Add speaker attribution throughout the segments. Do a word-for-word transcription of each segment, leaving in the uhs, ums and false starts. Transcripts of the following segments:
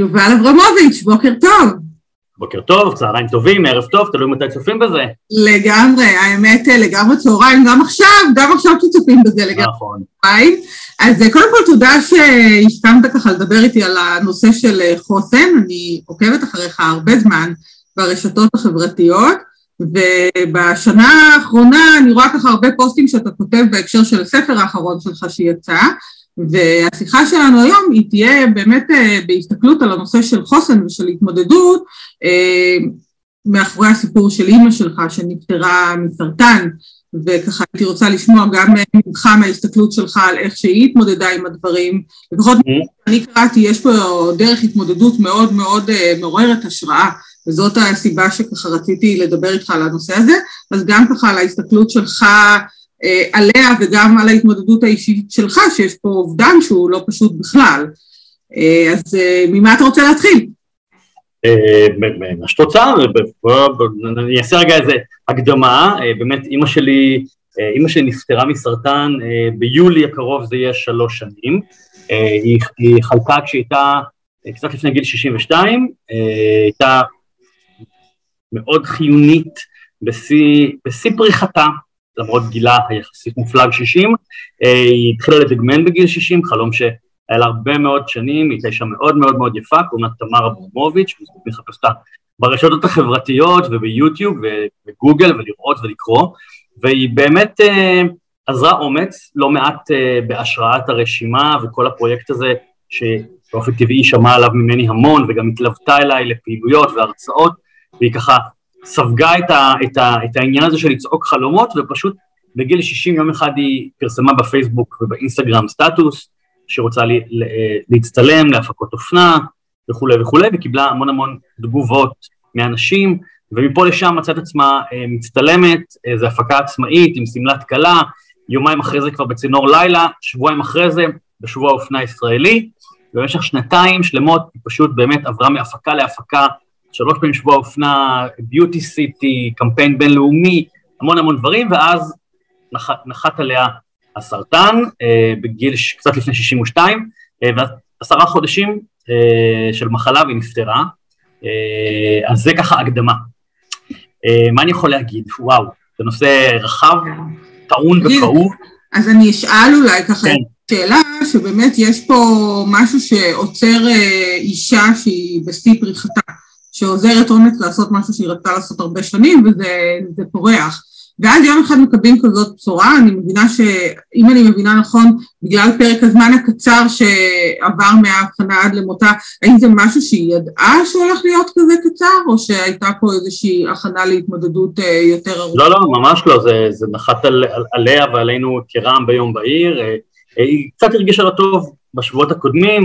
Speaker 1: יובל אברמוביץ', בוקר טוב.
Speaker 2: בוקר טוב, צהריים טובים, ערב טוב, תלוי מתי צופים בזה.
Speaker 1: לגמרי, האמת, לגמרי צהריים, גם עכשיו, גם עכשיו שצופים בזה לגמרי.
Speaker 2: נכון.
Speaker 1: אז קודם כל תודה שהסכמת ככה לדבר איתי על הנושא של חוסן, אני עוקבת אחריך הרבה זמן ברשתות החברתיות, ובשנה האחרונה אני רואה ככה הרבה פוסטים שאתה כותב בהקשר של הספר האחרון שלך שיצא, והשיחה שלנו היום היא תהיה באמת בהסתכלות על הנושא של חוסן ושל התמודדות, מאחורי הסיפור של אמא שלך שנפטרה מסרטן, וככה הייתי רוצה לשמוע גם ממך מההסתכלות שלך על איך שהיא התמודדה עם הדברים, לפחות אני קראתי, יש פה דרך התמודדות מאוד מאוד מעוררת השראה, וזאת הסיבה שככה רציתי לדבר איתך על הנושא הזה, אז גם ככה על ההסתכלות שלך עליה וגם על ההתמודדות האישית שלך, שיש פה אובדן שהוא לא פשוט בכלל. אז ממה אתה רוצה להתחיל?
Speaker 2: מה שתוצא, אני אעשה רגע איזה הקדמה, באמת אמא שלי, אמא שלי נפטרה מסרטן, ביולי הקרוב זה יהיה שלוש שנים, היא חלקה כשהייתה קצת לפני גיל שישים ושתיים, הייתה מאוד חיונית בשיא פריחתה, למרות גילה היחסית מופלג שישים, היא התחילה לדגמן בגיל שישים, חלום שהיה לה הרבה מאוד שנים, היא הייתה אישה מאוד מאוד מאוד יפה, קוראים לה תמר אברמוביץ', מחפש אותה ברשתות החברתיות וביוטיוב וגוגל ולראות ולקרוא, והיא באמת עזרה אומץ, לא מעט בהשראת הרשימה וכל הפרויקט הזה, שבאופן טבעי שמע עליו ממני המון, וגם התלוותה אליי לפעילויות והרצאות, והיא ככה ספגה את, ה, את, ה, את העניין הזה של לצעוק חלומות, ופשוט בגיל שישים יום אחד היא פרסמה בפייסבוק ובאינסטגרם סטטוס, שרוצה לי, להצטלם, להפקות אופנה, וכו' וכו', וקיבלה המון המון תגובות מאנשים, ומפה לשם מצאת עצמה מצטלמת, זו הפקה עצמאית עם סמלת קלה, יומיים אחרי זה כבר בצינור לילה, שבועיים אחרי זה בשבוע האופנה הישראלי, במשך שנתיים שלמות היא פשוט באמת עברה מהפקה להפקה, שלוש פעמים שבוע אופנה, ביוטי סיטי, קמפיין בינלאומי, המון המון דברים, ואז נחת, נחת עליה הסרטן, אה, בגיל ש... קצת לפני שישים ושתיים, אה, ועשרה חודשים אה, של מחלה והיא נפטרה, אה, אז זה ככה הקדמה. אה, מה אני יכול להגיד? וואו, זה נושא רחב, טעון וכאוב.
Speaker 1: אז אני אשאל אולי ככה כן. שאלה, שבאמת יש פה משהו שעוצר אה, אישה שהיא בשיא פריחתה, שעוזרת אומץ לעשות משהו שהיא רצתה לעשות הרבה שנים, וזה פורח. ואז יום אחד מקבלים כזאת בשורה, אני מבינה שאם אני מבינה נכון, בגלל פרק הזמן הקצר שעבר מההבחנה עד למותה, האם זה משהו שהיא ידעה שהולך להיות כזה קצר, או שהייתה פה איזושהי הכנה להתמודדות יותר ארוכה?
Speaker 2: לא, לא, ממש לא, זה, זה נחת על, על, עליה ועלינו כרעם ביום בהיר, היא קצת הרגישה לא טוב בשבועות הקודמים,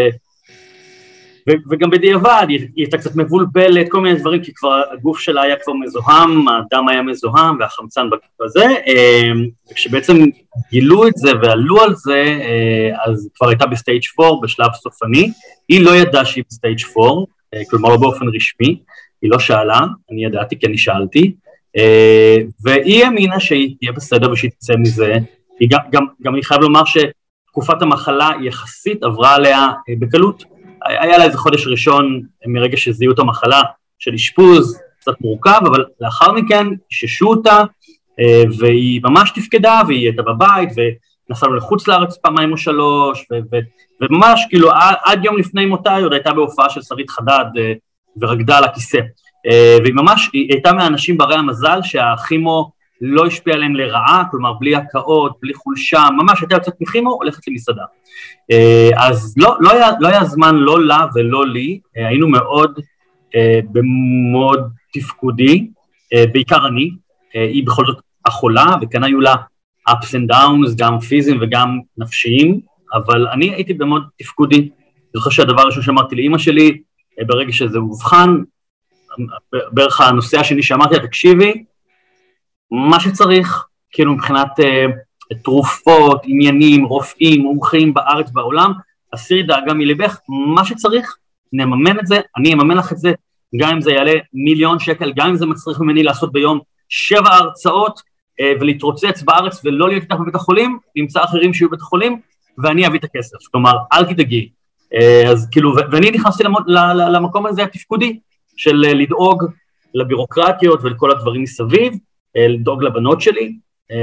Speaker 2: וגם בדיעבד, היא הייתה קצת מבולבלת, כל מיני דברים, כי כבר הגוף שלה היה כבר מזוהם, הדם היה מזוהם, והחמצן בגוף הזה, וכשבעצם גילו את זה ועלו על זה, אז כבר הייתה בסטייג' פור, בשלב סופני, היא לא ידעה שהיא בסטייג' פור, כלומר לא באופן רשמי, היא לא שאלה, אני ידעתי כי אני שאלתי, והיא האמינה שהיא תהיה בסדר ושהיא תצא מזה, היא גם, גם, גם אני חייב לומר שתקופת המחלה יחסית עברה עליה בקלות, היה לה איזה חודש ראשון מרגע שזיהו את המחלה של אשפוז, קצת מורכב, אבל לאחר מכן ששו אותה, והיא ממש תפקדה, והיא הייתה בבית, ונסענו לחוץ לארץ פעמיים או שלוש, ו- ו- וממש כאילו עד יום לפני מותה, היא עוד הייתה בהופעה של שרית חדד, ורקדה על הכיסא. והיא ממש, היא הייתה מהאנשים ברי המזל, שהכימו לא השפיע עליהם לרעה, כלומר בלי הקאות, בלי חולשה, ממש הייתה יוצאת מכימו, הולכת למסעדה. אז לא, לא היה, לא היה זמן לא לה ולא לי, היינו מאוד, במאוד תפקודי, בעיקר אני, היא בכל זאת החולה, וכאן היו לה ups and downs, גם פיזיים וגם נפשיים, אבל אני הייתי במאוד תפקודי, אני זוכר שהדבר הראשון שאמרתי לאמא שלי, ברגע שזה הובחן, בערך הנושא השני שאמרתי, תקשיבי, מה שצריך, כאילו מבחינת אה, תרופות, עניינים, רופאים, מומחים בארץ, בעולם, הסירי דאגה מלבך, מה שצריך, נממן את זה, אני אממן לך את זה, גם אם זה יעלה מיליון שקל, גם אם זה מצריך ממני לעשות ביום שבע הרצאות, אה, ולהתרוצץ בארץ ולא להיות איתך בבית החולים, נמצא אחרים שיהיו בבית החולים, ואני אביא את הכסף. כלומר, אל תדאגי, אז כאילו, ואני נכנסתי למקום הזה התפקודי, של לדאוג לבירוקרטיות ולכל הדברים מסביב, לדאוג לבנות שלי,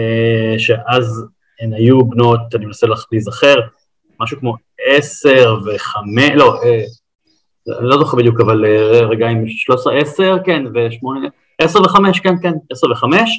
Speaker 2: שאז הן היו בנות, אני מנסה להיזכר, משהו כמו עשר וחמש, לא, אני לא זוכר בדיוק, אבל רגע עם שלוש עשרה, עשר, כן, ושמונה, עשר וחמש, כן, כן, עשר וחמש,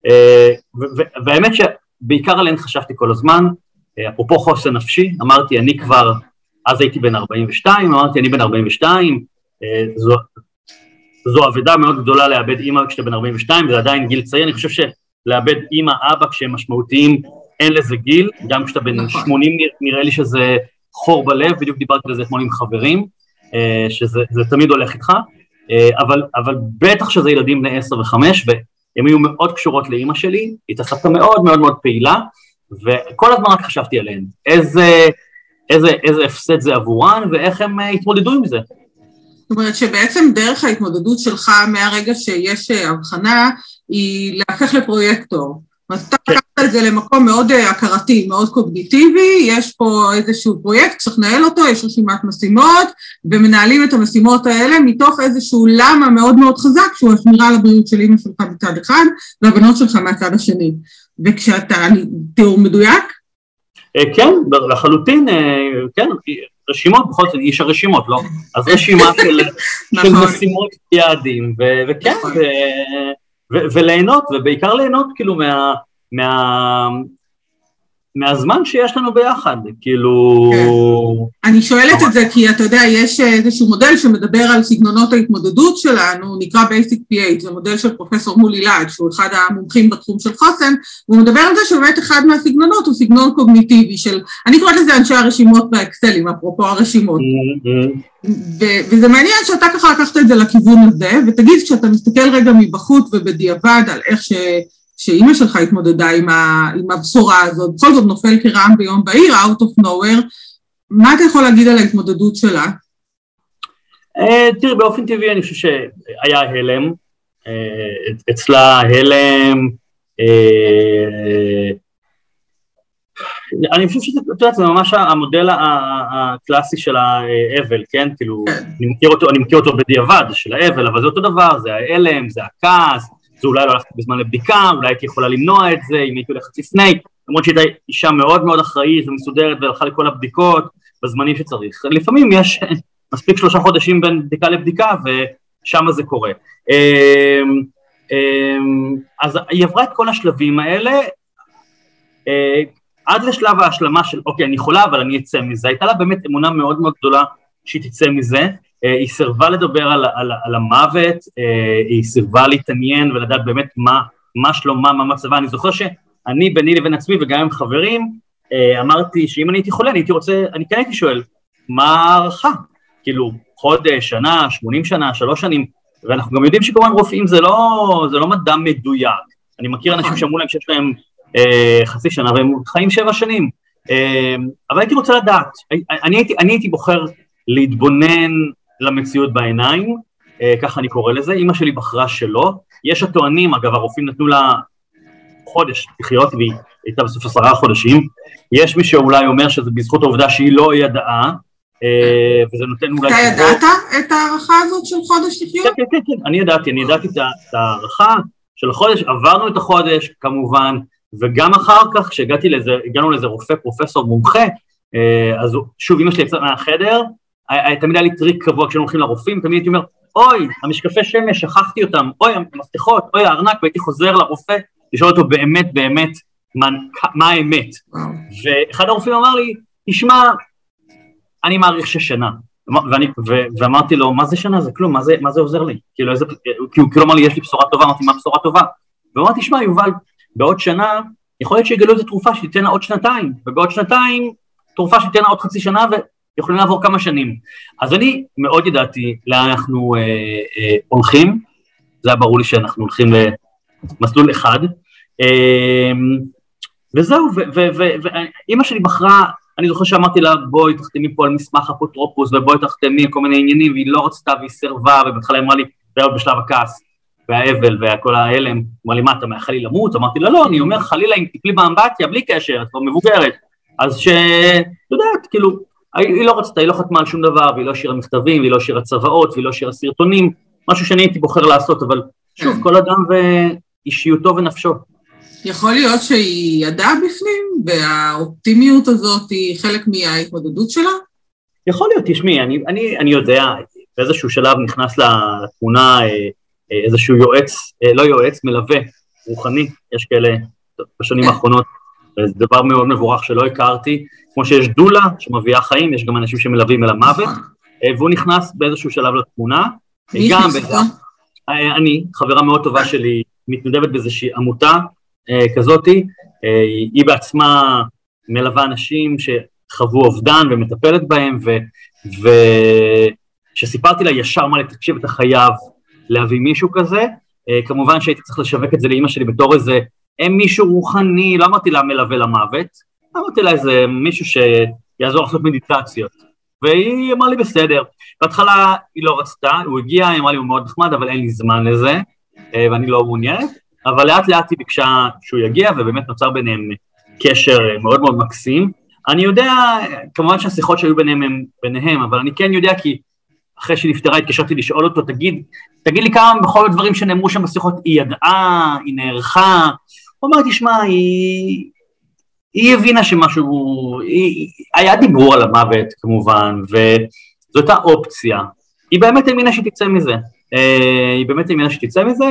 Speaker 2: והאמת שבעיקר עליהן חשבתי כל הזמן, אפרופו חוסן נפשי, אמרתי, אני כבר, אז הייתי בן ארבעים ושתיים, אמרתי, אני בן ארבעים ושתיים, זו, זו עבודה מאוד גדולה לאבד אימא כשאתה בן ארבעים ושתיים, זה עדיין גיל צעיר, אני חושב שלאבד אימא, אבא כשהם משמעותיים, אין לזה גיל, גם כשאתה בן שמונים נראה לי שזה חור בלב, בדיוק דיברתי על זה אתמול עם חברים, שזה זה תמיד הולך איתך, אבל, אבל בטח שזה ילדים בני עשר וחמש, והם היו מאוד קשורות לאמא שלי, התעסקת מאוד מאוד מאוד פעילה, וכל הזמן רק חשבתי עליהן, איזה, איזה, איזה הפסד זה עבורן, ואיך הם התמודדו עם זה.
Speaker 1: זאת אומרת שבעצם דרך ההתמודדות שלך מהרגע שיש הבחנה, היא להפך לפרויקטור. אז אתה לקחת את זה למקום מאוד הכרתי, מאוד קוגניטיבי, יש פה איזשהו פרויקט, צריך לנהל אותו, יש רשימת משימות, ומנהלים את המשימות האלה מתוך איזשהו למה מאוד מאוד חזק, שהוא השמירה על הבריאות של אמא שלך בצד אחד, והבנות שלך מהצד השני. וכשאתה, תיאור מדויק?
Speaker 2: כן, לחלוטין, כן, רשימות, בכל זאת, איש הרשימות, לא? אז רשימה של משימות יעדים, וכן, וליהנות, ובעיקר ליהנות, כאילו, מה, מה, מהזמן שיש לנו ביחד, כאילו...
Speaker 1: אני שואלת את זה, כי אתה יודע, יש איזשהו מודל שמדבר על סגנונות ההתמודדות שלנו, נקרא Basic פי אייץ', זה מודל של פרופסור מולי לאד, שהוא אחד המומחים בתחום של חוסן, והוא מדבר על זה שבאמת אחד מהסגנונות הוא סגנון קוגניטיבי של, אני קוראת לזה אנשי הרשימות באקסלים, אפרופו הרשימות. וזה מעניין שאתה ככה לקחת את זה לכיוון הזה, ותגיד, כשאתה מסתכל רגע מבחוץ ובדיעבד על איך ש... שאמא שלך התמודדה עם, ה, עם הבשורה הזאת, בכל זאת נופל כרעם ביום בהיר, out of nowhere, מה אתה יכול להגיד על ההתמודדות שלה?
Speaker 2: תראי, באופן טבעי אני חושב שהיה הלם, אצלה הלם, אני חושב שזה, אתה יודע, זה ממש המודל הקלאסי של האבל, כן? כאילו, אני מכיר אותו, אני מכיר אותו בדיעבד של האבל, אבל זה אותו דבר, זה ההלם, זה הכעס, זה אולי לא הלכתי בזמן לבדיקה, אולי הייתי יכולה למנוע את זה, אם הייתי הולכת לפני, למרות שהייתה אישה מאוד מאוד אחראית ומסודרת, והלכה לכל הבדיקות בזמנים שצריך. לפעמים יש מספיק שלושה חודשים בין בדיקה לבדיקה, ושם זה קורה. אז היא עברה את כל השלבים האלה, עד לשלב ההשלמה של, אוקיי, אני יכולה, אבל אני אצא מזה. הייתה לה באמת אמונה מאוד מאוד גדולה שהיא תצא מזה, היא סירבה לדבר על, על, על המוות, היא סירבה להתעניין ולדעת באמת מה, מה שלומה, מה מצבה. אני זוכר שאני ביני לבין עצמי וגם עם חברים, אמרתי שאם אני הייתי חולה, אני הייתי רוצה, אני כן הייתי שואל, מה הערכה? כאילו, חודש, שנה, שמונים שנה, שלוש שנים, ואנחנו גם יודעים שכמובן רופאים זה לא, זה לא מדע מדויק. אני מכיר אנשים שאמרו להם שיש להם אה, חצי שנה, והם חיים שבע שנים. אה, אבל הייתי רוצה לדעת, אני הייתי, אני הייתי בוחר להתבונן למציאות בעיניים, אה, ככה אני קורא לזה, אמא שלי בחרה שלא, יש הטוענים, אגב הרופאים נתנו לה חודש לחיות, והיא הייתה בסוף עשרה חודשים, יש מי שאולי אומר שזה בזכות העובדה שהיא לא ידעה, אה, וזה נותן אולי...
Speaker 1: אתה ידעת את הערכה הזאת של חודש לחיות?
Speaker 2: כן, כן, כן, אני ידעתי, אני ידעתי את הערכה של החודש, עברנו את החודש כמובן, וגם אחר כך, כשהגעתי לזה, הגענו לזה רופא, פרופסור מומחה, אז שוב, אמא שלי יצאת מהחדר, תמיד היה לי טריק קבוע כשאנו הולכים לרופאים, תמיד הייתי אומר, אוי, המשקפי שמש, שכחתי אותם, אוי, המפתחות, אוי, הארנק, והייתי חוזר לרופא, לשאול אותו באמת, באמת, מה, מה האמת. ואחד הרופאים אמר לי, תשמע, אני מעריך ששנה, ואני, ו, ואמרתי לו, מה זה שנה? זה כלום, מה זה, מה זה עוזר לי? כאילו, איזה, כאילו, כאילו אמר לי, יש לי בשורה טובה, אמרתי, מה בשורה טובה? ואמרתי, תשמע, יובל, בעוד שנה, יכול להיות שיגלו איזו תרופה שתיתן לה עוד שנתיים, ובעוד שנתיים, תרופה שתיתן לה עוד חצי שנה, ויכולים לעבור כמה שנים. אז אני מאוד ידעתי לאן אנחנו אה, אה, הולכים, זה היה ברור לי שאנחנו הולכים למסלול אחד, אה, וזהו, ואמא שלי בחרה, אני זוכר שאמרתי לה, בואי תחתמי פה על מסמך אפוטרופוס, ובואי תחתמי כל מיני עניינים, והיא לא רצתה והיא סירבה, ובהתחלה אמרה לי, זה היה בשלב הכעס, והאבל וכל ההלם, אמרה לי, מה, אתה מאחל לי למות? אמרתי לה, לא, אני אומר, חלילה, אם תפלי באמבטיה, בלי קשר, את כבר מבוגרת, אז ש... אתה יודעת, כאילו, היא לא רצתה, היא לא חתמה על שום דבר, והיא לא השאירה מכתבים, והיא לא השאירה צוואות, והיא לא השאירה סרטונים, משהו שאני הייתי בוחר לעשות, אבל שוב, כל אדם ואישיותו ונפשו.
Speaker 1: יכול להיות שהיא ידעה בפנים, והאופטימיות הזאת היא חלק מההתמודדות שלה?
Speaker 2: יכול להיות, תשמעי, אני, אני, אני יודע, באיזשהו שלב נכנס לתמונה איזשהו יועץ, לא יועץ, מלווה, רוחני, יש כאלה בשנים האחרונות, זה דבר מאוד מבורך שלא הכרתי, כמו שיש דולה שמביאה חיים, יש גם אנשים שמלווים אל המוות, והוא נכנס באיזשהו שלב לתמונה, גם בזה, אני, חברה מאוד טובה שלי, מתנדבת באיזושהי עמותה כזאת, היא בעצמה מלווה אנשים שחוו אובדן ומטפלת בהם, וכשסיפרתי לה ישר מה לתקשיב את החייב להביא מישהו כזה, כמובן שהייתי צריך לשווק את זה לאמא שלי בתור איזה, הם מישהו רוחני, לא אמרתי לה מלווה למוות, אמרתי לה איזה מישהו שיעזור לעשות מדיטציות, והיא אמרה לי בסדר, בהתחלה היא לא רצתה, הוא הגיע, היא אמרה לי הוא מאוד נחמד, אבל אין לי זמן לזה, ואני לא מעוניינת, אבל לאט לאט היא ביקשה שהוא יגיע, ובאמת נוצר ביניהם קשר מאוד מאוד מקסים. אני יודע, כמובן שהשיחות שהיו ביניהם הם ביניהם, אבל אני כן יודע כי אחרי שנפטרה התקשרתי לשאול אותו, תגיד, תגיד לי כמה בכל הדברים שנאמרו שם בשיחות, היא ידעה, היא נערכה, הוא אמר, תשמע, היא, היא הבינה שמשהו, היא, היה דיבור על המוות כמובן, וזאת האופציה, היא באמת האמינה שתצא מזה, היא באמת האמינה שתצא מזה,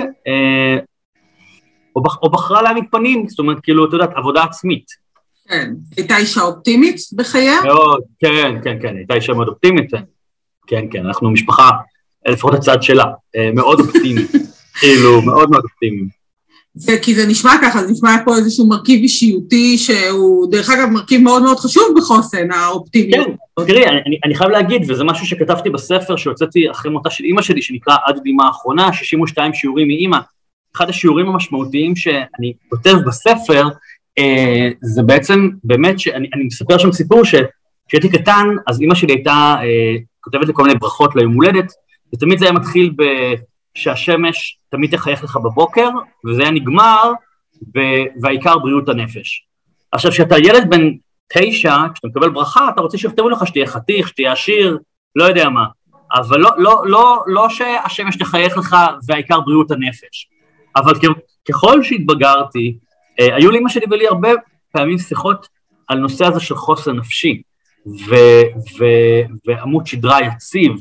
Speaker 2: או, או בחרה להעמיד פנים, זאת אומרת, כאילו, אתה יודעת, עבודה עצמית.
Speaker 1: כן, הייתה אישה אופטימית בחייה?
Speaker 2: מאוד, כן, כן, כן, הייתה אישה מאוד אופטימית, כן, כן, אנחנו משפחה, לפחות הצד שלה, מאוד אופטימית, כאילו, מאוד מאוד אופטימית.
Speaker 1: זה כי זה נשמע ככה, זה נשמע פה איזשהו מרכיב אישיותי, שהוא דרך אגב מרכיב מאוד מאוד חשוב בחוסן, האופטימיות.
Speaker 2: כן, תראי, אני, אני חייב להגיד, וזה משהו שכתבתי בספר, שהוצאתי אחרי מותה של אמא שלי, שנקרא עד דמעה האחרונה, שישים ושתיים שיעורים מאמא, אחד השיעורים המשמעותיים שאני כותב בספר, אה, זה בעצם באמת שאני אני מספר שם סיפור שכשהייתי קטן, אז אמא שלי הייתה אה, כותבת לי כל מיני ברכות ליום הולדת, ותמיד זה היה מתחיל שהשמש תמיד תחייך לך בבוקר, וזה היה נגמר, והעיקר בריאות הנפש. עכשיו, כשאתה ילד בן תשע, כשאתה מקבל ברכה, אתה רוצה שיכתבו לך שתהיה חתיך, שתהיה עשיר, לא יודע מה, אבל לא, לא, לא, לא שהשמש תחייך לך, והעיקר בריאות הנפש. אבל ככל שהתבגרתי, היו לאמא שלי ולי הרבה פעמים שיחות על נושא הזה של חוסן נפשי, ועמוד שדרה יציב,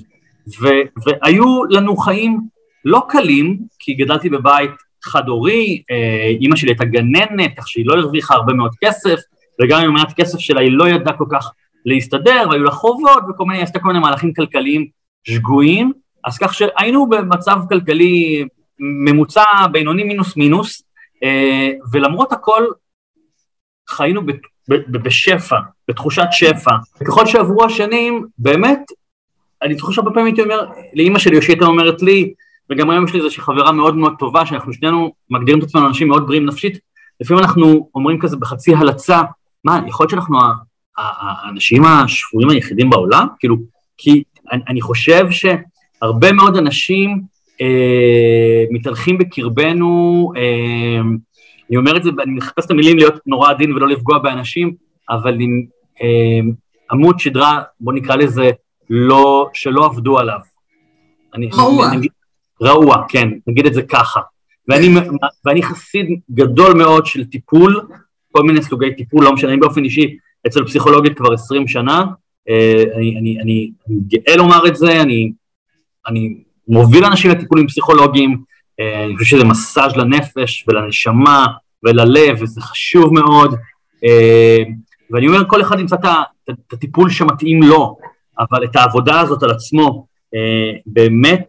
Speaker 2: והיו לנו חיים לא קלים, כי גדלתי בבית חד-הורי, אמא שלי הייתה גננת, כך שהיא לא הרוויחה הרבה מאוד כסף, וגם עם מעט כסף שלה היא לא ידעה כל כך להסתדר, והיו לה חובות, וכל מיני, עשתה כל מיני מהלכים כלכליים שגויים, אז כך שהיינו במצב כלכלי ממוצע בינוני מינוס מינוס, ולמרות הכל חיינו בשפע, בתחושת שפע, וככל שעברו השנים, באמת, אני זוכר שהרבה פעמים הייתי אומר, לאמא שלי, או שהייתה אומרת לי, וגם היום יש לי איזושהי חברה מאוד מאוד טובה, שאנחנו שנינו מגדירים את עצמנו אנשים מאוד בריאים נפשית, לפעמים אנחנו אומרים כזה בחצי הלצה, מה, יכול להיות שאנחנו האנשים השפויים היחידים בעולם? כאילו, כי אני, אני חושב שהרבה מאוד אנשים אה, מתהלכים בקרבנו, אה, אני אומר את זה, אני מחפש את המילים להיות נורא עדין ולא לפגוע באנשים, אבל עם אה, עמוד שדרה, בוא נקרא לזה, לא, שלא עבדו עליו.
Speaker 1: רעוע.
Speaker 2: נגיד, רעוע, כן, נגיד את זה ככה. ואני, ואני חסיד גדול מאוד של טיפול, כל מיני סוגי טיפול, לא משנה, אני באופן אישי, אצל פסיכולוגית כבר עשרים שנה, אני, אני, אני, אני גאה לומר את זה, אני, אני מוביל אנשים לטיפולים פסיכולוגיים, אני חושב שזה מסאז' לנפש ולנשמה וללב, וזה חשוב מאוד, ואני אומר, כל אחד ימצא את הטיפול שמתאים לו, אבל את העבודה הזאת על עצמו, באמת,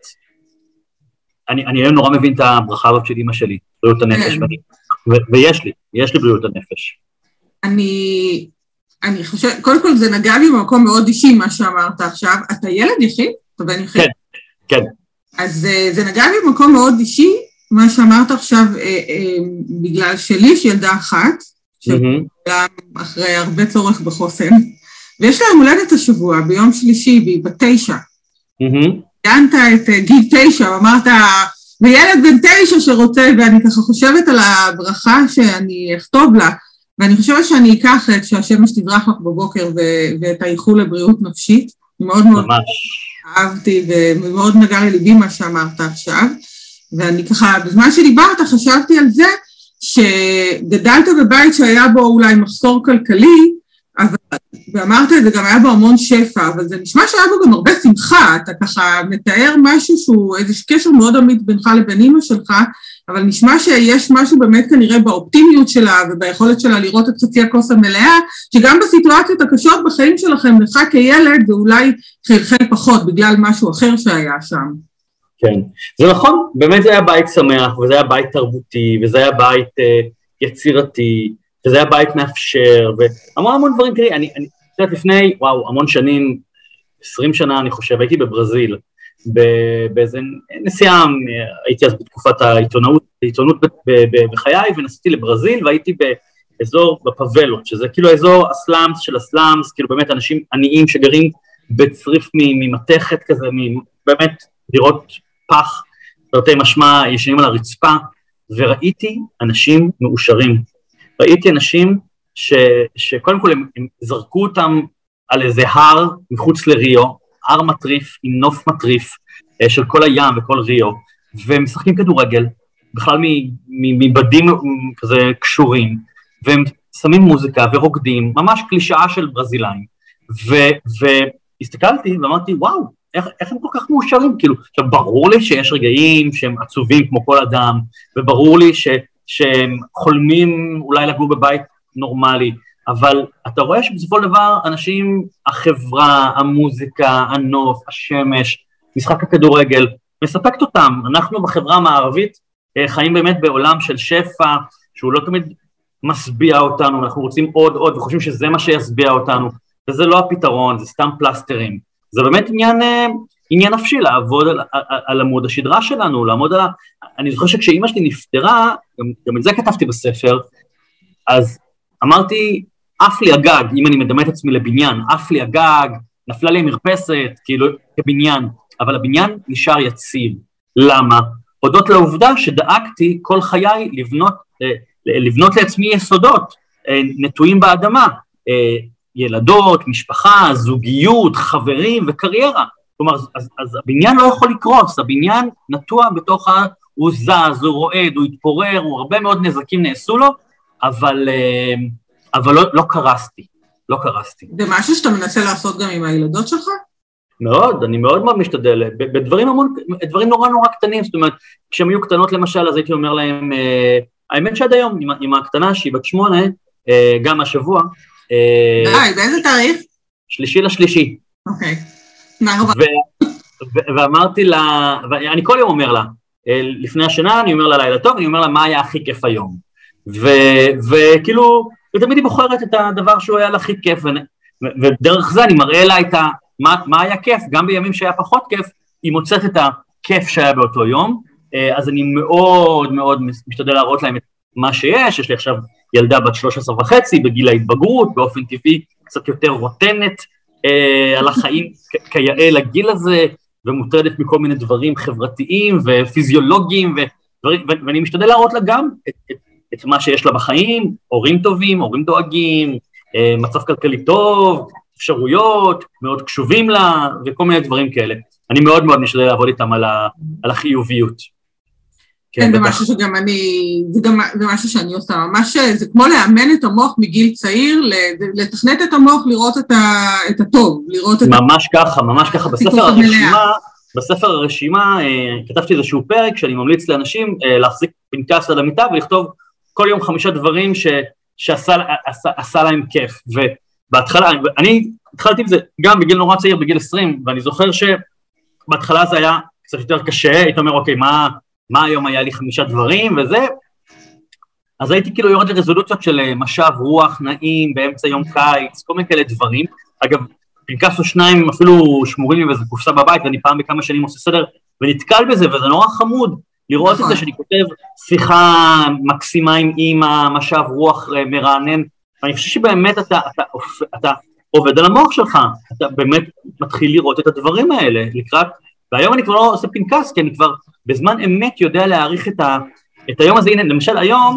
Speaker 2: אני, אני היום נורא מבין את הברכה הזאת של אמא שלי, בריאות הנפש, ואני, ו, ויש לי, יש לי בריאות הנפש.
Speaker 1: אני, אני חושב, קודם כל זה נגע לי במקום מאוד אישי, מה שאמרת עכשיו, אתה ילד יחיד? אתה בן יחיד?
Speaker 2: כן, כן.
Speaker 1: אז זה נגע לי במקום מאוד אישי, מה שאמרת עכשיו, אה, אה, בגלל שלי יש ילדה אחת, שגם אחרי הרבה צורך בחוסן, ויש לה יום הולדת השבוע, ביום שלישי, והיא בתשע. גיינת את גיל תשע, ואמרת, וילד בן תשע שרוצה, ואני ככה חושבת על הברכה שאני אכתוב לה, ואני חושבת שאני אקח את שהשמש תברח לך בבוקר ו- ואת האיחול לבריאות נפשית, מאוד מאוד אהבתי ומאוד נגע לליבי מה שאמרת עכשיו, ואני ככה, בזמן שדיברת חשבתי על זה, שגדלת בבית שהיה בו אולי מחסור כלכלי, אבל, ואמרת את זה, גם היה בו המון שפע, אבל זה נשמע שהיה בו גם הרבה שמחה, אתה ככה מתאר משהו שהוא איזה קשר מאוד עמית בינך לבין אמא שלך, אבל נשמע שיש משהו באמת כנראה באופטימיות שלה וביכולת שלה לראות את חצי הכוס המלאה, שגם בסיטואציות הקשות בחיים שלכם, לך כילד, זה אולי חלחל פחות בגלל משהו אחר שהיה שם.
Speaker 2: כן, זה נכון, באמת זה היה בית שמח, וזה היה בית תרבותי, וזה היה בית אה, יצירתי, וזה היה בית מאפשר, והמון המון דברים, תראי, אני, אני קצת לפני, וואו, המון שנים, עשרים שנה אני חושב, הייתי בברזיל, באיזה נסיעה, הייתי אז בתקופת העיתונות, העיתונות בחיי, ונסעתי לברזיל, והייתי באזור בפאבלות, שזה כאילו האזור הסלאמס של הסלאמס, כאילו באמת אנשים עניים שגרים בצריף ממתכת כזה, באמת דירות פח, תרתי משמע, ישנים על הרצפה, וראיתי אנשים מאושרים, ראיתי אנשים ש, שקודם כל הם, הם זרקו אותם על איזה הר מחוץ לריו, הר מטריף עם נוף מטריף של כל הים וכל ריו, והם משחקים כדורגל, בכלל מבדים כזה קשורים, והם שמים מוזיקה ורוקדים, ממש קלישאה של ברזילאים, והסתכלתי ואמרתי, וואו, איך, איך הם כל כך מאושרים? כאילו, עכשיו, ברור לי שיש רגעים שהם עצובים כמו כל אדם, וברור לי ש, שהם חולמים אולי לגור בבית נורמלי, אבל אתה רואה שבסופו של דבר אנשים, החברה, המוזיקה, הנוף, השמש, משחק הכדורגל, מספקת אותם. אנחנו בחברה המערבית חיים באמת בעולם של שפע, שהוא לא תמיד מסביע אותנו, אנחנו רוצים עוד עוד, וחושבים שזה מה שיסביע אותנו, וזה לא הפתרון, זה סתם פלסטרים. זה באמת עניין, עניין נפשי, לעבוד על, על, על עמוד השדרה שלנו, לעמוד על ה... אני זוכר שכשאמא שלי נפטרה, גם, גם את זה כתבתי בספר, אז אמרתי, אף לי הגג, אם אני מדמה את עצמי לבניין, אף לי הגג, נפלה לי מרפסת, כאילו כבניין, אבל הבניין נשאר יציב. למה? הודות לעובדה שדאגתי כל חיי לבנות, לבנות לעצמי יסודות, נטועים באדמה, ילדות, משפחה, זוגיות, חברים וקריירה. כלומר, אז, אז הבניין לא יכול לקרוס, הבניין נטוע בתוך ה... הוא זז, הוא רועד, הוא התפורר, הוא הרבה מאוד נזקים נעשו לו, אבל, אבל לא, לא קרסתי, לא קרסתי.
Speaker 1: זה משהו שאתה מנסה לעשות גם עם הילדות שלך?
Speaker 2: מאוד, אני מאוד מאוד משתדל, בדברים המון, דברים נורא נורא קטנים, זאת אומרת, כשהם יהיו קטנות למשל, אז הייתי אומר להם, האמת שעד היום, עם, עם הקטנה שהיא בת שמונה, גם השבוע,
Speaker 1: די, באיזה תאריך?
Speaker 2: שלישי לשלישי.
Speaker 1: אוקיי, מה רבה?
Speaker 2: ואמרתי לה, ואני כל יום אומר לה, לפני השנה אני אומר לה לילה טוב, אני אומר לה מה היה הכי כיף היום. וכאילו, ותמיד היא בוחרת את הדבר שהוא היה לה הכי כיף, ודרך זה אני מראה לה את מה היה כיף, גם בימים שהיה פחות כיף, היא מוצאת את הכיף שהיה באותו יום, אז אני מאוד מאוד משתדל להראות להם את מה שיש, יש לי עכשיו ילדה בת שלוש עשרה וחצי, בגיל ההתבגרות, באופן טבעי קצת יותר רוטנת אה, על החיים כיאה לגיל הזה, ומוטרדת מכל מיני דברים חברתיים ופיזיולוגיים, ודברים, ו- ואני משתדל להראות לה גם את, את, את מה שיש לה בחיים, הורים טובים, הורים דואגים, אה, מצב כלכלי טוב, אפשרויות, מאוד קשובים לה, וכל מיני דברים כאלה. אני מאוד מאוד משתדל לעבוד איתם על, ה- על החיוביות.
Speaker 1: כן, זה משהו שגם אני, זה גם זה משהו שאני עושה, ממש, זה כמו לאמן את המוח מגיל צעיר, לתכנת את המוח, לראות את, ה, את הטוב, לראות את...
Speaker 2: ממש ככה, ממש ככה, בספר הרשימה, בספר הרשימה, כתבתי איזשהו פרק, שאני ממליץ לאנשים להחזיק פנקס על המיטה, ולכתוב כל יום חמישה דברים ש, שעשה עשה, עשה להם כיף, ובהתחלה, אני התחלתי עם זה גם בגיל נורא צעיר, בגיל עשרים, ואני זוכר שבהתחלה זה היה קצת יותר קשה, היית אומר, אוקיי, מה... מה היום היה לי חמישה דברים וזה, אז הייתי כאילו יורד לרזולוציות של משב רוח נעים באמצע יום קיץ, כל מיני כאלה דברים, אגב, פנקס או שניים אפילו שמורים לי באיזה קופסה בבית, ואני פעם בכמה שנים עושה סדר, ונתקל בזה, וזה נורא חמוד, לראות את זה שאני כותב שיחה מקסימה עם אמא, משב רוח מרענן, ואני חושב שבאמת אתה, אתה, אתה עובד על המוח שלך, אתה באמת מתחיל לראות את הדברים האלה, לקראת, והיום אני כבר לא עושה פנקס, כי אני כבר בזמן אמת יודע להעריך את, ה, את היום הזה, הנה, למשל היום,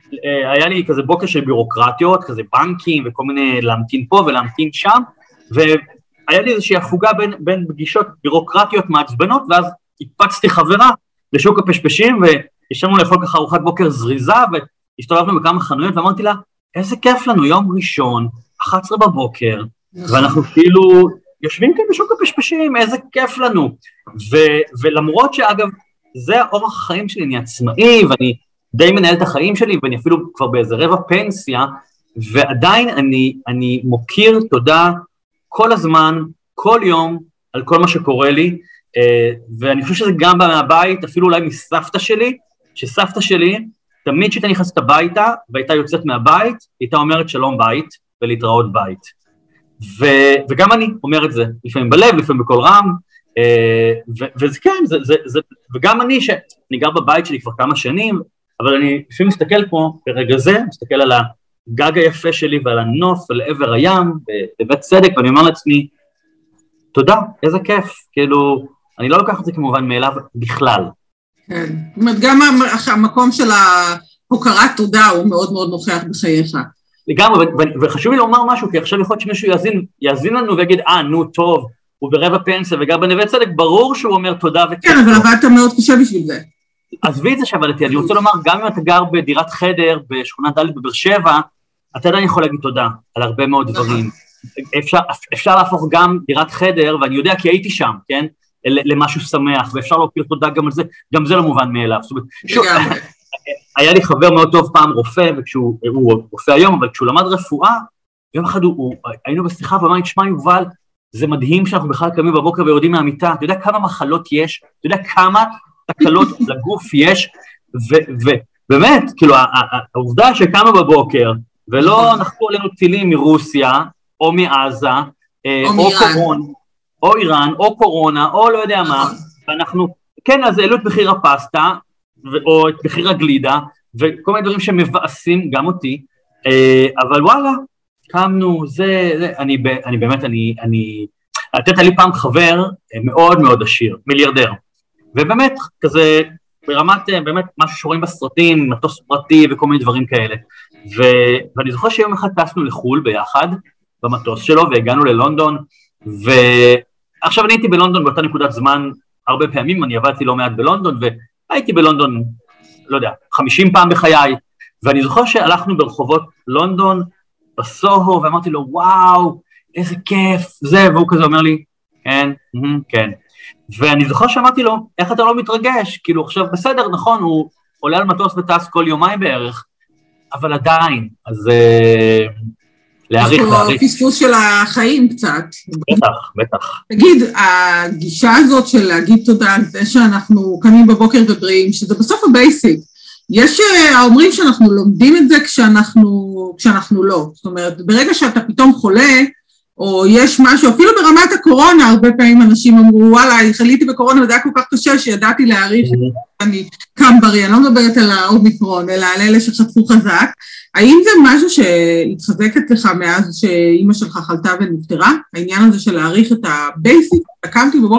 Speaker 2: היה לי כזה בוקר של בירוקרטיות, כזה בנקים וכל מיני להמתין פה ולהמתין שם, והיה לי איזושהי הפוגה בין, בין פגישות בירוקרטיות מעצבנות, ואז הקפצתי חברה לשוק הפשפשים, וישבנו לאכול ככה ארוחת בוקר זריזה, והסתובבנו בכמה חנויות, ואמרתי לה, איזה כיף לנו, יום ראשון, אחת עשרה בבוקר, ואנחנו כאילו יושבים כאן בשוק הפשפשים, איזה כיף לנו, ו- ולמרות שאגב, זה האורח החיים שלי, אני עצמאי, ואני די מנהל את החיים שלי, ואני אפילו כבר באיזה רבע פנסיה, ועדיין אני, אני מוקיר תודה כל הזמן, כל יום, על כל מה שקורה לי, ואני חושב שזה גם בא מהבית, אפילו אולי מסבתא שלי, שסבתא שלי, תמיד שהייתה נכנסת הביתה, והייתה יוצאת מהבית, הייתה אומרת שלום בית, ולהתראות בית. ו- וגם אני אומר את זה, לפעמים בלב, לפעמים בכל רם, ו- וזה כן, זה, זה, זה, וגם אני, שאני גר בבית שלי כבר כמה שנים, אבל אני לפעמים מסתכל פה, ברגע זה, מסתכל על הגג היפה שלי, ועל הנוף, על עבר הים, בבית צדק, ואני אומר לעצמי, תודה, איזה כיף, כאילו, אני לא לוקח את זה כמובן מאליו בכלל.
Speaker 1: כן, זאת אומרת, גם המקום של ההוקרת תודה הוא מאוד מאוד נוכח בחייך.
Speaker 2: לגמרי, וחשוב לי לומר משהו, כי עכשיו יכול להיות שמישהו יאזין, יאזין לנו ויגיד, אה, נו, טוב, הוא ברבע פנסיה וגם בנווה צדק, ברור שהוא אומר תודה וכיף.
Speaker 1: כן, אבל עבדת מאוד קשה בשביל זה.
Speaker 2: עזבי את זה שעבדתי, אני רוצה לומר, גם אם אתה גר בדירת חדר, בשכונת ד' בבאר שבע, אתה עדיין יכול להגיד תודה על הרבה מאוד דברים. אפשר, אפשר להפוך גם דירת חדר, ואני יודע כי הייתי שם, כן? למשהו שמח, ואפשר להוקיר תודה גם על זה, גם זה לא מובן מאליו. היה לי חבר מאוד טוב פעם רופא, וכשהוא, הוא רופא היום, אבל כשהוא למד רפואה, יום אחד הוא, הוא, היינו בשיחה, ואמר לי, תשמע יובל, זה מדהים שאנחנו בכלל קמים בבוקר ויורדים מהמיטה, אתה יודע כמה מחלות יש, אתה יודע כמה תקלות לגוף יש, ובאמת, כאילו, העובדה שקמה בבוקר, ולא נחתו עלינו טילים מרוסיה, או מעזה, או קורונה, או איראן, או קורונה, או לא יודע מה, ואנחנו, כן, אז העלו את מחיר הפסטה, או את מחיר הגלידה, וכל מיני דברים שמבאסים גם אותי, אבל וואלה, קמנו, זה, זה, אני, אני באמת, אני, אני, לתת לי פעם חבר מאוד מאוד עשיר, מיליארדר, ובאמת, כזה, ברמת, באמת, משהו שרואים בסרטים, מטוס פרטי וכל מיני דברים כאלה, ו, ואני זוכר שיום אחד טסנו לחול ביחד, במטוס שלו, והגענו ללונדון, ועכשיו אני הייתי בלונדון באותה נקודת זמן, הרבה פעמים, אני עבדתי לא מעט בלונדון, והייתי בלונדון, לא יודע, חמישים פעם בחיי, ואני זוכר שהלכנו ברחובות לונדון, בסוהו, ואמרתי לו, וואו, איזה כיף, זה, והוא כזה אומר לי, כן, כן, ואני זוכר שאמרתי לו, איך אתה לא מתרגש? כאילו עכשיו בסדר, נכון, הוא עולה על מטוס וטס כל יומיים בערך, אבל עדיין, אז להעריך, להעריך.
Speaker 1: יש פה פספוס של החיים קצת.
Speaker 2: בטח, בטח.
Speaker 1: תגיד, הגישה הזאת של להגיד תודה על זה שאנחנו קמים בבוקר ובריאים, שזה בסוף הבייסיק, יש האומרים שאנחנו לומדים את זה כשאנחנו, כשאנחנו לא. זאת אומרת, ברגע שאתה פתאום חולה, או יש משהו, אפילו ברמת הקורונה, הרבה פעמים אנשים אמרו, וואלה, חליתי בקורונה, וזה היה כל כך קשה שידעתי להעריך, אני קם בריא, אני לא מדברת על האומיקרון, אלא על אלה שחטפו חזק. האם זה משהו שהתחזק אצלך מאז שאימא שלך חלתה ונפטרה? העניין הזה של להעריך את הבייסיק, הקמתי בבוקר?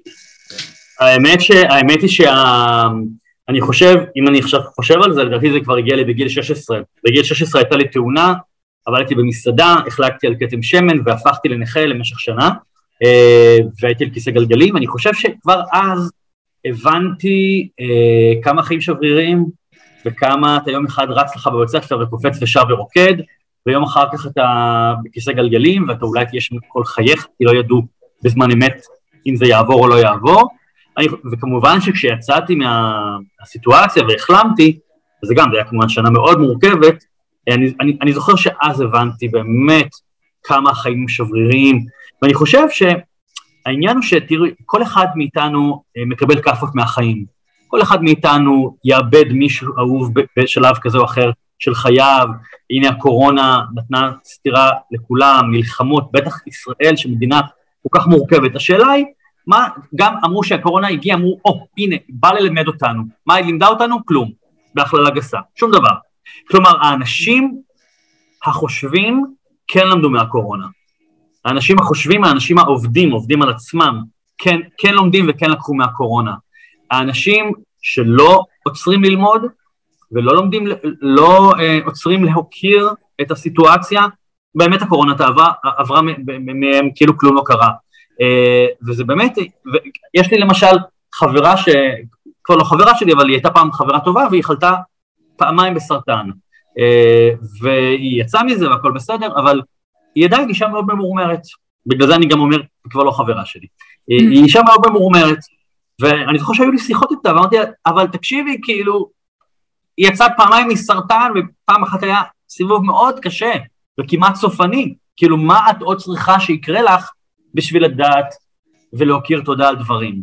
Speaker 2: האמת היא שאני חושב, אם אני עכשיו חושב על זה, לדעתי זה כבר הגיע לי בגיל שש עשרה. בגיל שש עשרה הייתה לי תאונה, עבדתי במסעדה, החלקתי על כתם שמן והפכתי לנכה למשך שנה, והייתי על כיסא גלגלים. אני חושב שכבר אז הבנתי כמה חיים שברירים, וכמה אתה יום אחד רץ לך בבית ספר וקופץ ושר ורוקד, ויום אחר כך אתה בכיסא גלגלים, ואתה אולי תהיה שם כל חייך, כי לא ידעו בזמן אמת אם זה יעבור או לא יעבור. אני, וכמובן שכשיצאתי מהסיטואציה והחלמתי, וזה גם, זה היה כמובן שנה מאוד מורכבת, אני, אני, אני זוכר שאז הבנתי באמת כמה החיים שברירים, ואני חושב שהעניין הוא שתראו, כל אחד מאיתנו מקבל כאפות מהחיים, כל אחד מאיתנו יאבד מישהו אהוב בשלב כזה או אחר של חייו, הנה הקורונה נתנה סתירה לכולם, מלחמות, בטח ישראל שמדינה כל כך מורכבת, השאלה היא, מה, גם אמרו שהקורונה הגיעה, אמרו, או, הנה, בא ללמד אותנו, מה היא לימדה אותנו? כלום, בהכללה גסה, שום דבר. כלומר, האנשים החושבים כן למדו מהקורונה. האנשים החושבים, האנשים העובדים, עובדים על עצמם, כן, כן לומדים וכן לקחו מהקורונה. האנשים שלא עוצרים ללמוד, ולא לומדים, לא עוצרים להוקיר את הסיטואציה, באמת הקורונה עברה מהם כאילו כלום לא קרה. וזה באמת, יש לי למשל חברה ש... כבר לא חברה שלי, אבל היא הייתה פעם חברה טובה, והיא חלתה פעמיים בסרטן. והיא יצאה מזה והכל בסדר, אבל היא עדיין אישה מאוד ממורמרת. בגלל זה אני גם אומר, היא כבר לא חברה שלי. היא אישה מאוד ממורמרת, ואני זוכר שהיו לי שיחות איתה, ואמרתי, אבל תקשיבי, כאילו, היא יצאה פעמיים מסרטן, ופעם אחת היה סיבוב מאוד קשה, וכמעט סופני. כאילו, מה את עוד צריכה שיקרה לך בשביל לדעת ולהוקיר תודה על דברים?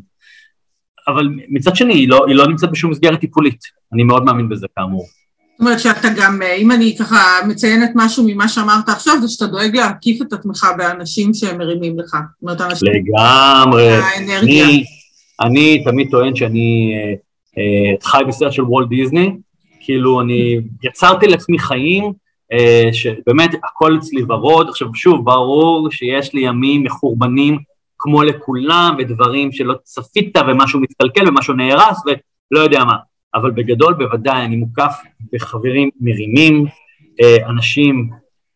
Speaker 2: אבל מצד שני, היא לא, היא לא נמצאת בשום מסגרת טיפולית. אני מאוד מאמין בזה, כאמור.
Speaker 1: זאת אומרת שאתה גם, אם אני ככה מציינת משהו ממה שאמרת עכשיו, זה שאתה דואג להקיף את עצמך באנשים שהם מרימים לך. זאת אומרת, אנשים...
Speaker 2: לגמרי. אני, אני תמיד טוען שאני אה, אה, חי בסרט של וולט דיזני, כאילו אני יצרתי לעצמי חיים, אה, שבאמת הכל אצלי ורוד, עכשיו שוב, ברור שיש לי ימים מחורבנים, כמו לכולם, ודברים שלא צפית, ומשהו מתקלקל, ומשהו נהרס, ולא יודע מה. אבל בגדול, בוודאי, אני מוקף בחברים מרימים, אנשים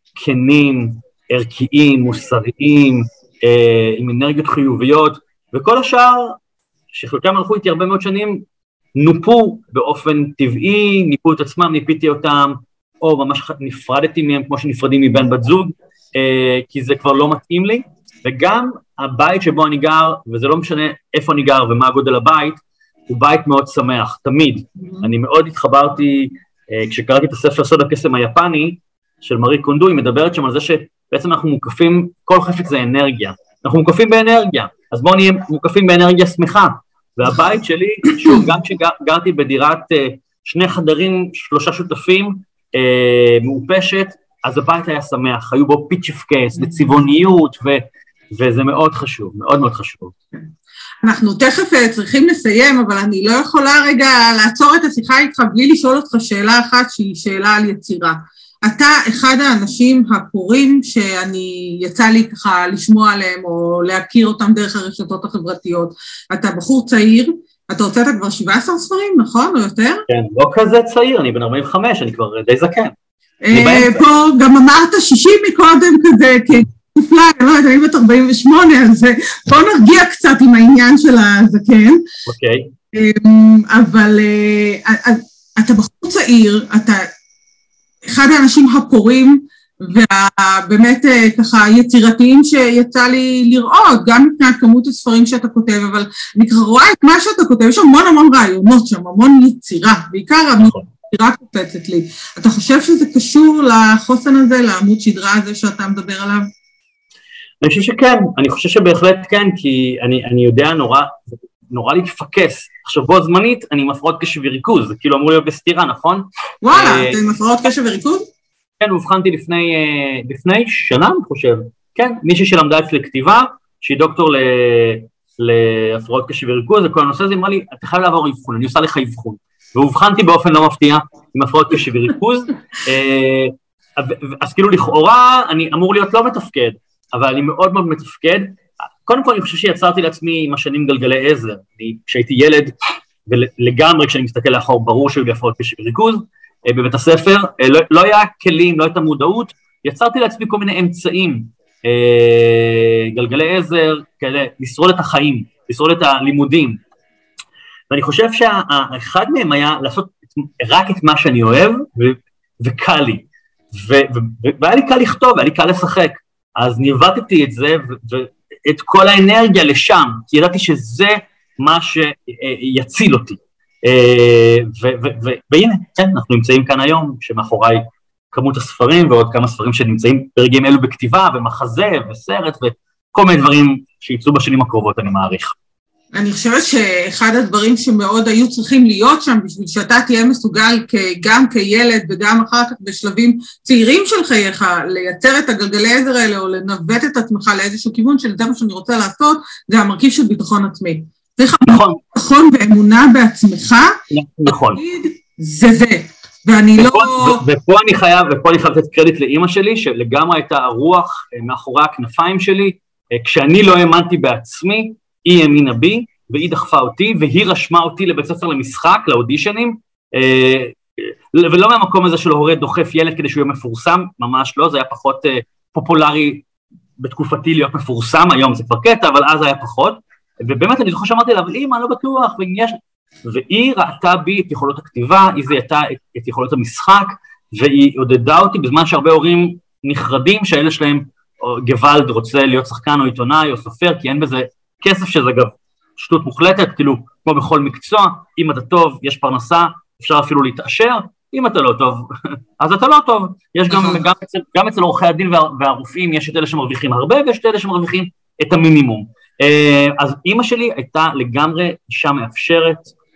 Speaker 2: כנים, ערכיים, מוסריים, עם אנרגיות חיוביות, וכל השאר, שחלקם הלכו איתי הרבה מאוד שנים, נופו באופן טבעי, ניפו את עצמם, ניפיתי אותם, או ממש נפרדתי מהם, כמו שנפרדים מבן בת זוג, כי זה כבר לא מתאים לי, וגם הבית שבו אני גר, וזה לא משנה איפה אני גר ומה הגודל הבית, הוא בית מאוד שמח, תמיד. Mm-hmm. אני מאוד התחברתי, uh, כשקראתי את הספר סוד הקסם היפני, של מארי קונדו, היא מדברת שם על זה שבעצם אנחנו מוקפים, כל חפץ זה אנרגיה, אנחנו מוקפים באנרגיה, אז בואו נהיה מוקפים באנרגיה שמחה, והבית שלי, שוב, גם כשגרתי בדירת uh, שני חדרים, שלושה שותפים, uh, מאופשת, אז הבית היה שמח, היו בו פיצ'פקס, וצבעוניות, ו... וזה מאוד חשוב, מאוד מאוד חשוב.
Speaker 1: אנחנו תכף צריכים לסיים, אבל אני לא יכולה רגע לעצור את השיחה איתך בלי לשאול אותך שאלה אחת שהיא שאלה על יצירה. אתה אחד האנשים הפורים שאני יצא לי ככה לשמוע עליהם או להכיר אותם דרך הרשתות החברתיות. אתה בחור צעיר, אתה הוצאת כבר שבעה עשר ספרים, נכון? או יותר?
Speaker 2: כן, לא כזה צעיר, אני בן ארבעים וחמש, אני כבר די זקן.
Speaker 1: פה גם אמרת שישים מקודם כזה, כן. נפלא, אני לא יודעת, אני בת ארבעים ושמונה, אז בואו נרגיע קצת עם העניין של הזקן.
Speaker 2: אוקיי.
Speaker 1: אבל אתה בחור צעיר, אתה אחד האנשים הפורים, ובאמת ככה יצירתיים שיצא לי לראות, גם מבחינת כמות הספרים שאתה כותב, אבל אני כבר רואה את מה שאתה כותב, יש המון המון רעיונות שם, המון יצירה, בעיקר היצירה קופצת לי. אתה חושב שזה קשור לחוסן הזה, לעמוד שדרה הזה שאתה מדבר עליו?
Speaker 2: אני חושב שכן, אני חושב שבהחלט כן, כי אני, אני יודע נורא, נורא להתפקס. עכשיו בו זמנית, אני עם הפרעות קשב וריכוז, זה כאילו אמור להיות בסתירה, נכון?
Speaker 1: וואלה, אתה עם הפרעות קשב וריכוז?
Speaker 2: כן, הובחנתי לפני, לפני שנה, אני חושב. כן, מישהי שלמדה אצלי כתיבה, שהיא דוקטור ל, להפרעות קשב וריכוז, וכל הנושא הזה אמרה לי, אתה חייב לעבור אבחון, אני עושה לך אבחון. והובחנתי באופן לא מפתיע, עם הפרעות קשב וריכוז, אז כאילו לכאורה, אני אמור להיות לא מתפקד, אבל אני מאוד מאוד מתפקד. קודם כל אני חושב שיצרתי לעצמי עם השנים גלגלי עזר. אני, כשהייתי ילד, ולגמרי כשאני מסתכל לאחור, ברור שהיו לי הפרעות קשב וריכוז, בבית הספר, לא, לא היה כלים, לא הייתה מודעות, יצרתי לעצמי כל מיני אמצעים, גלגלי עזר, כאלה, לשרוד את החיים, לשרוד את הלימודים. ואני חושב שאחד מהם היה לעשות רק את מה שאני אוהב, וקל לי. והיה לי קל לכתוב, והיה לי קל לשחק. אז ניווטתי את זה, ואת כל האנרגיה לשם, כי ידעתי שזה מה שיציל אותי. והנה, כן, אנחנו נמצאים כאן היום, שמאחוריי כמות הספרים, ועוד כמה ספרים שנמצאים ברגעים אלו בכתיבה, ומחזה, וסרט, וכל מיני דברים שיצאו בשנים הקרובות, אני מעריך.
Speaker 1: אני חושבת שאחד הדברים שמאוד היו צריכים להיות שם, בשביל שאתה תהיה מסוגל גם כילד וגם אחר כך בשלבים צעירים של חייך, לייצר את הגלגלי עזר האלה, או לנווט את עצמך לאיזשהו כיוון של זה מה שאני רוצה לעשות, זה המרכיב של ביטחון עצמי. צריך נכון. ביטחון ואמונה בעצמך,
Speaker 2: נכון.
Speaker 1: זה זה. ואני
Speaker 2: ופה,
Speaker 1: לא...
Speaker 2: ופה אני חייב, ופה אני חייב לתת קרדיט לאמא שלי, שלגמרי הייתה הרוח מאחורי הכנפיים שלי, כשאני לא האמנתי בעצמי, היא האמינה בי, והיא דחפה אותי, והיא רשמה אותי לבית ספר למשחק, לאודישנים, ולא מהמקום הזה של הורה דוחף ילד כדי שהוא יהיה מפורסם, ממש לא, זה היה פחות פופולרי בתקופתי להיות מפורסם, היום זה כבר קטע, אבל אז היה פחות, ובאמת אני זוכר שאמרתי לה, אבל אמא, לא בטוח, ואם יש, והיא ראתה בי את יכולות הכתיבה, היא זיהתה את, את יכולות המשחק, והיא עודדה אותי בזמן שהרבה הורים נחרדים, שהילד שלהם, גוואלד רוצה להיות שחקן או עיתונאי או סופר, כי אין בזה כסף שזה אגב שטות מוחלטת, כאילו כמו בכל מקצוע, אם אתה טוב, יש פרנסה, אפשר אפילו להתעשר, אם אתה לא טוב, אז אתה לא טוב. יש גם, גם אצל, גם אצל עורכי הדין וה, והרופאים, יש את אלה שמרוויחים הרבה, ויש את אלה שמרוויחים את המינימום. אז אמא שלי הייתה לגמרי אישה מאפשרת,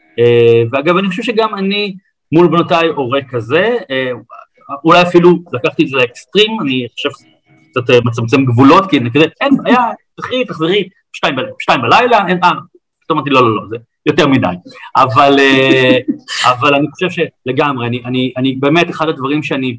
Speaker 2: ואגב, אני חושב שגם אני, מול בנותיי הורה כזה, אולי אפילו לקחתי את זה לאקסטרים, אני חושב קצת מצמצם גבולות, כי כזה, אין, היה, תחרי, תחזרי, שתיים, שתיים בלילה, אין, אה, פתאום אמרתי, לא, לא, לא, זה יותר מדי. אבל, אבל אני חושב שלגמרי, אני, אני, אני באמת, אחד הדברים שאני,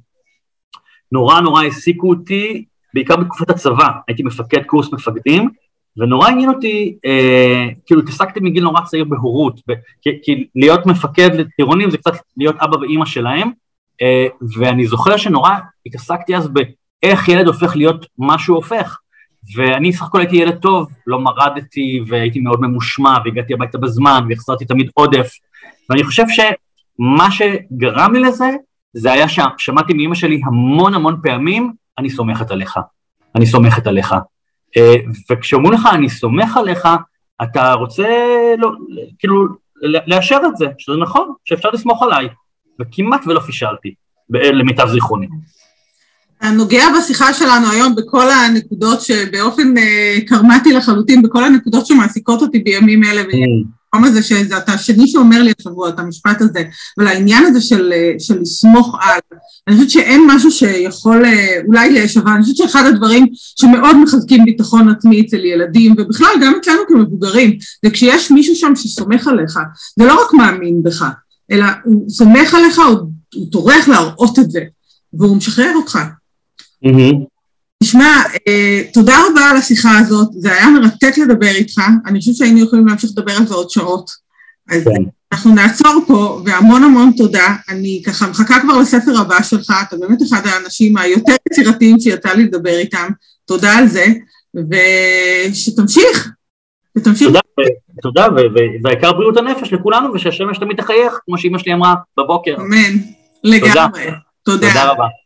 Speaker 2: נורא נורא העסיקו אותי, בעיקר בתקופת הצבא, הייתי מפקד קורס מפקדים, ונורא עניין אותי, אה, כאילו, התעסקתי מגיל נורא צעיר בהורות, ב, כי, כי להיות מפקד לטירונים, זה קצת להיות אבא ואמא שלהם, אה, ואני זוכר שנורא התעסקתי אז באיך ילד הופך להיות מה שהוא הופך, ואני סך הכל הייתי ילד טוב, לא מרדתי, והייתי מאוד ממושמע, והגעתי הביתה בזמן, והחסרתי תמיד עודף, ואני חושב שמה שגרם לי לזה, זה היה ששמעתי מאמא שלי המון המון פעמים, אני סומכת עליך, אני סומכת עליך, וכשאומרים לך, אני סומך עליך, אתה רוצה, לא, כאילו, לאשר את זה, שזה נכון, שאפשר לסמוך עליי, וכמעט ולא פישלתי, למיטב זיכרוני.
Speaker 1: נוגע בשיחה שלנו היום בכל הנקודות שבאופן קרמטי לחלוטין, בכל הנקודות שמעסיקות אותי בימים אלה, והמקום הזה שאתה השני שאומר לי השבוע את המשפט הזה, ולעניין הזה של, של לסמוך על, אני חושבת שאין משהו שיכול אולי להישבר, אני חושבת שאחד הדברים שמאוד מחזקים ביטחון עצמי אצל ילדים, ובכלל גם אצלנו כמבוגרים, זה כשיש מישהו שם שסומך עליך, זה לא רק מאמין בך, אלא הוא סומך עליך, הוא, הוא טורח להראות את זה, והוא משחרר אותך. תשמע, תודה רבה על השיחה הזאת, זה היה מרתק לדבר איתך, אני חושבת שהיינו יכולים להמשיך לדבר על זה עוד שעות, אז אנחנו נעצור פה, והמון המון תודה, אני ככה מחכה כבר לספר הבא שלך, אתה באמת אחד האנשים היותר יצירתיים שיצא לי לדבר איתם, תודה על זה, ושתמשיך, ותמשיך.
Speaker 2: תודה, תודה, והעיקר בריאות הנפש לכולנו, ושהשמש תמיד תחייך, כמו שאמא שלי אמרה בבוקר.
Speaker 1: אמן, לגמרי, תודה.
Speaker 2: תודה רבה.